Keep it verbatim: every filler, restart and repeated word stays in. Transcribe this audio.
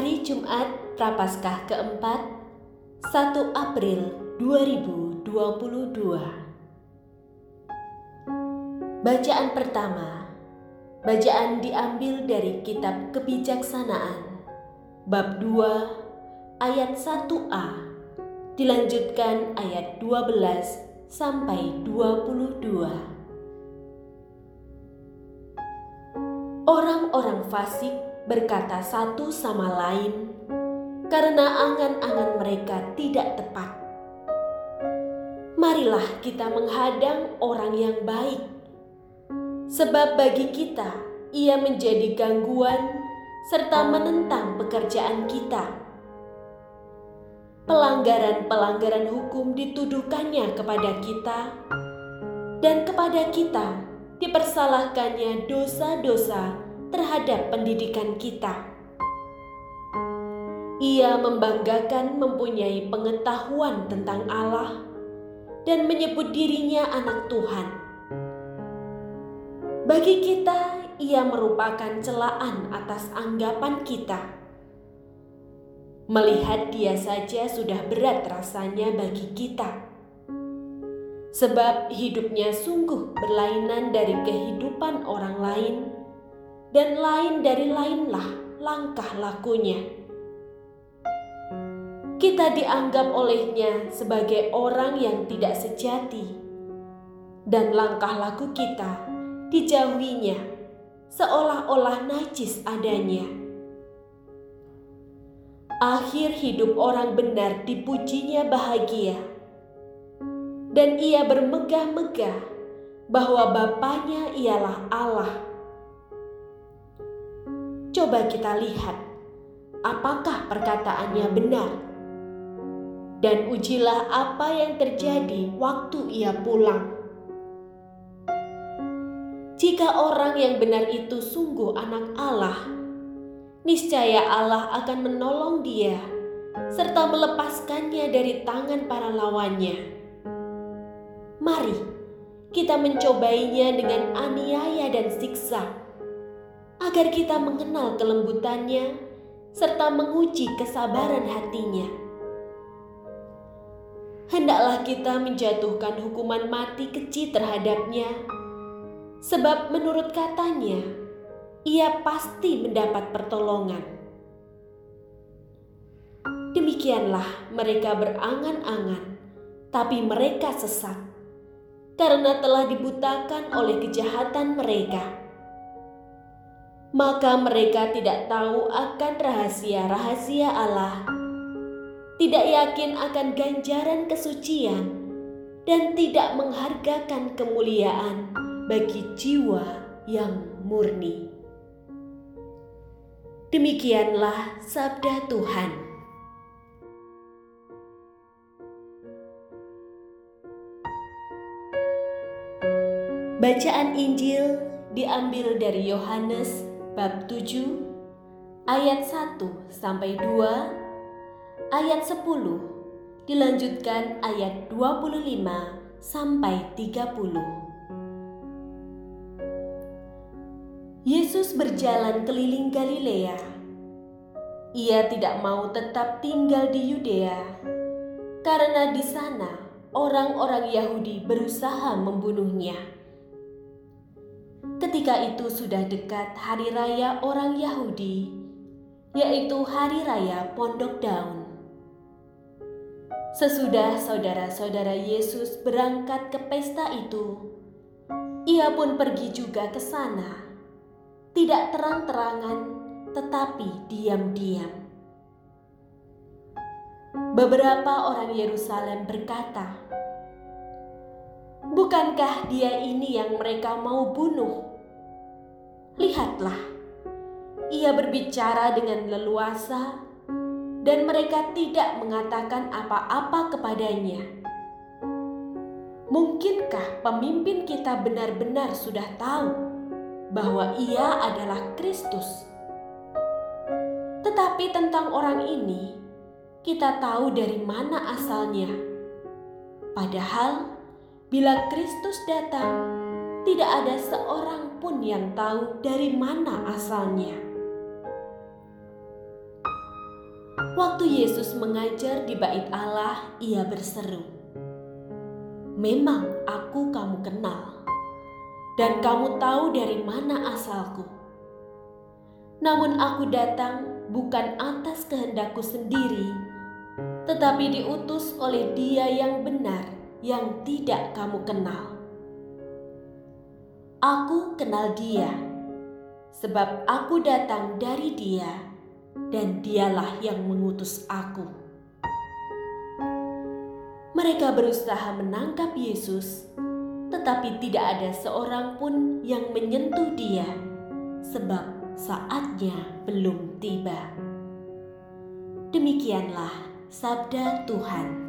Hari Jumat Prapaskah keempat, satu April dua ribu dua puluh dua. Bacaan pertama. Bacaan diambil dari kitab Kebijaksanaan, bab dua, ayat satu a, dilanjutkan ayat dua belas sampai dua puluh dua. Orang-orang fasik berkata satu sama lain karena angan-angan mereka tidak tepat. Marilah kita menghadang orang yang baik, sebab bagi kita ia menjadi gangguan serta menentang pekerjaan kita. Pelanggaran-pelanggaran hukum dituduhkannya kepada kita, dan kepada kita dipersalahkannya dosa-dosa terhadap pendidikan kita. Ia membanggakan mempunyai pengetahuan tentang Allah dan menyebut dirinya anak Tuhan. Bagi kita, ia merupakan celaan atas anggapan kita. Melihat dia saja sudah berat rasanya bagi kita, sebab hidupnya sungguh berlainan dari kehidupan orang lain, dan lain dari lainlah langkah lakunya. Kita dianggap olehnya sebagai orang yang tidak sejati, dan langkah laku kita dijauhinya seolah-olah najis adanya. Akhir hidup orang benar dipujinya bahagia, dan ia bermegah-megah bahwa Bapanya ialah Allah. Coba kita lihat apakah perkataannya benar, dan ujilah apa yang terjadi waktu ia pulang. Jika orang yang benar itu sungguh anak Allah, niscaya Allah akan menolong dia serta melepaskannya dari tangan para lawannya. Mari kita mencobainya dengan aniaya dan siksa, agar kita mengenal kelembutannya serta menguji kesabaran hatinya. Hendaklah kita menjatuhkan hukuman mati keji terhadapnya, sebab menurut katanya, ia pasti mendapat pertolongan. Demikianlah mereka berangan-angan, tapi mereka sesat, karena telah dibutakan oleh kejahatan mereka. Maka mereka tidak tahu akan rahasia-rahasia Allah, tidak yakin akan ganjaran kesucian, dan tidak menghargakan kemuliaan bagi jiwa yang murni. Demikianlah sabda Tuhan. Bacaan Injil diambil dari Yohanes bab tujuh, ayat satu sampai dua, ayat sepuluh, dilanjutkan ayat dua puluh lima sampai tiga puluh. Yesus berjalan keliling Galilea. Ia tidak mau tetap tinggal di Yudea, karena di sana orang-orang Yahudi berusaha membunuhnya. Ketika itu sudah dekat hari raya orang Yahudi, yaitu hari raya Pondok Daun. Sesudah saudara-saudara Yesus berangkat ke pesta itu, ia pun pergi juga ke sana, tidak terang-terangan tetapi diam-diam. Beberapa orang Yerusalem berkata, "Bukankah dia ini yang mereka mau bunuh? Lihatlah, ia berbicara dengan leluasa dan mereka tidak mengatakan apa-apa kepadanya. Mungkinkah pemimpin kita benar-benar sudah tahu bahwa ia adalah Kristus? Tetapi tentang orang ini, kita tahu dari mana asalnya. Padahal bila Kristus datang, tidak ada seorang pun yang tahu dari mana asalnya." Waktu Yesus mengajar di bait Allah, ia berseru, "Memang aku kamu kenal, dan kamu tahu dari mana asalku. Namun aku datang bukan atas kehendakku sendiri, tetapi diutus oleh Dia yang benar yang tidak kamu kenal. Aku kenal Dia, sebab aku datang dari Dia, dan Dialah yang mengutus aku." Mereka berusaha menangkap Yesus, tetapi tidak ada seorang pun yang menyentuh Dia, sebab saatnya belum tiba. Demikianlah sabda Tuhan.